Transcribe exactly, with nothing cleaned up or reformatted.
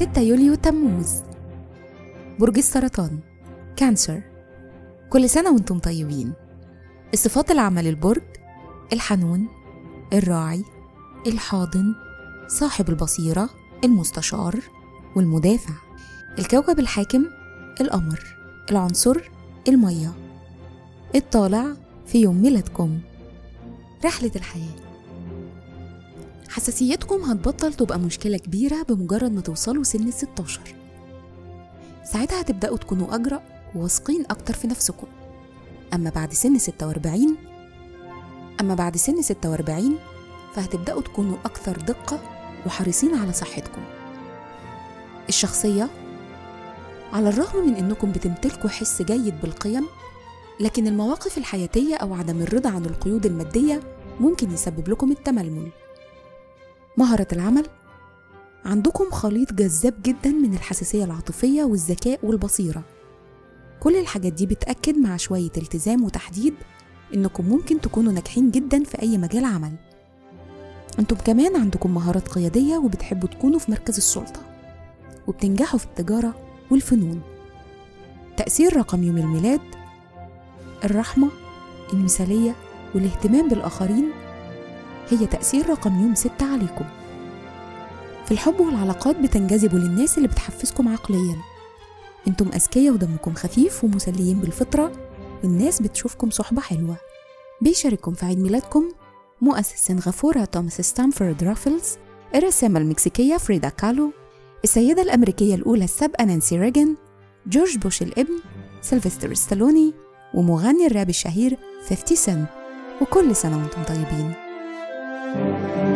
ستة يوليو تموز، برج السرطان، كانسر. كل سنة وانتم طيبين. الصفات العامة للبرج: الحنون، الراعي، الحاضن، صاحب البصيرة، المستشار، والمدافع. الكوكب الحاكم: القمر. العنصر: المية. الطالع في يوم ميلادكم. رحلة الحياة: حساسيتكم هتبطل تبقى مشكلة كبيرة بمجرد ما توصلوا سن الستاشر. ساعتها هتبدأوا تكونوا أجرأ وواثقين أكتر في نفسكم. أما بعد سن ستة وأربعين أما بعد سن ستة وأربعين فهتبدأوا تكونوا أكثر دقة وحريصين على صحتكم. الشخصية: على الرغم من أنكم بتمتلكوا حس جيد بالقيم، لكن المواقف الحياتية أو عدم الرضا عن القيود المادية ممكن يسبب لكم التململ. مهارة العمل: عندكم خليط جذاب جدا من الحساسية العاطفية والذكاء والبصيرة. كل الحاجات دي بتأكد مع شوية التزام وتحديد إنكم ممكن تكونوا ناجحين جدا في أي مجال عمل. أنتم كمان عندكم مهارات قيادية وبتحبوا تكونوا في مركز السلطة، وبتنجحوا في التجارة والفنون. تأثير رقم يوم الميلاد: الرحمة، المثالية، والاهتمام بالآخرين هي تأثير رقم يوم ستة عليكم. في الحب والعلاقات بتنجذبوا للناس اللي بتحفزكم عقليا. انتم أذكياء ودمكم خفيف ومسليين بالفطرة، والناس بتشوفكم صحبة حلوة. بيشارككم في عيد ميلادكم مؤسس سنغافورة توماس ستامفورد رافلز، الرسامة المكسيكية فريدا كالو، السيدة الأمريكية الأولى السابقة نانسي ريغان، جورج بوش الابن، سيلفستر ستالوني، ومغني الراب الشهير خمسين سنت. وكل سنة وانتم طيبين.